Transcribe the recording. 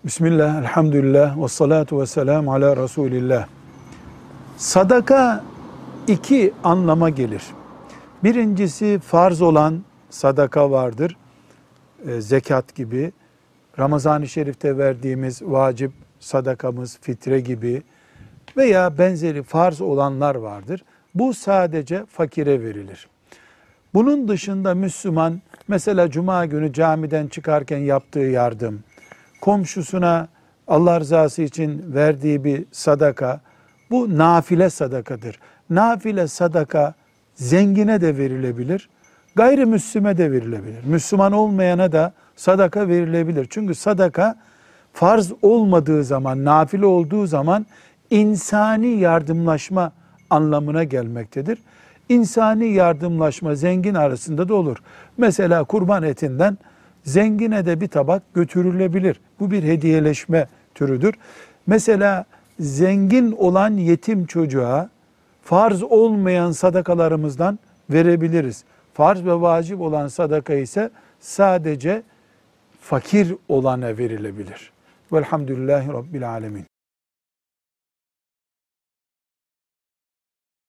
Bismillah, elhamdülillah, ve salatu ve selamu ala Resulillah. Sadaka iki anlama gelir. Birincisi farz olan sadaka vardır. Zekat gibi. Ramazan-ı Şerif'te verdiğimiz vacip sadakamız, fitre gibi veya benzeri farz olanlar vardır. Bu sadece fakire verilir. Bunun dışında Müslüman mesela Cuma günü camiden çıkarken yaptığı yardım, komşusuna Allah rızası için verdiği bir sadaka, bu nafile sadakadır. Nafile sadaka zengine de verilebilir, gayrimüslime de verilebilir. Müslüman olmayana da sadaka verilebilir. Çünkü sadaka farz olmadığı zaman, nafile olduğu zaman insani yardımlaşma anlamına gelmektedir. İnsani yardımlaşma zengin arasında da olur. Mesela kurban etinden zengine de bir tabak götürülebilir. Bu bir hediyeleşme türüdür. Mesela zengin olan yetim çocuğa farz olmayan sadakalarımızdan verebiliriz. Farz ve vacip olan sadaka ise sadece fakir olana verilebilir. Velhamdülillahi Rabbil alemin.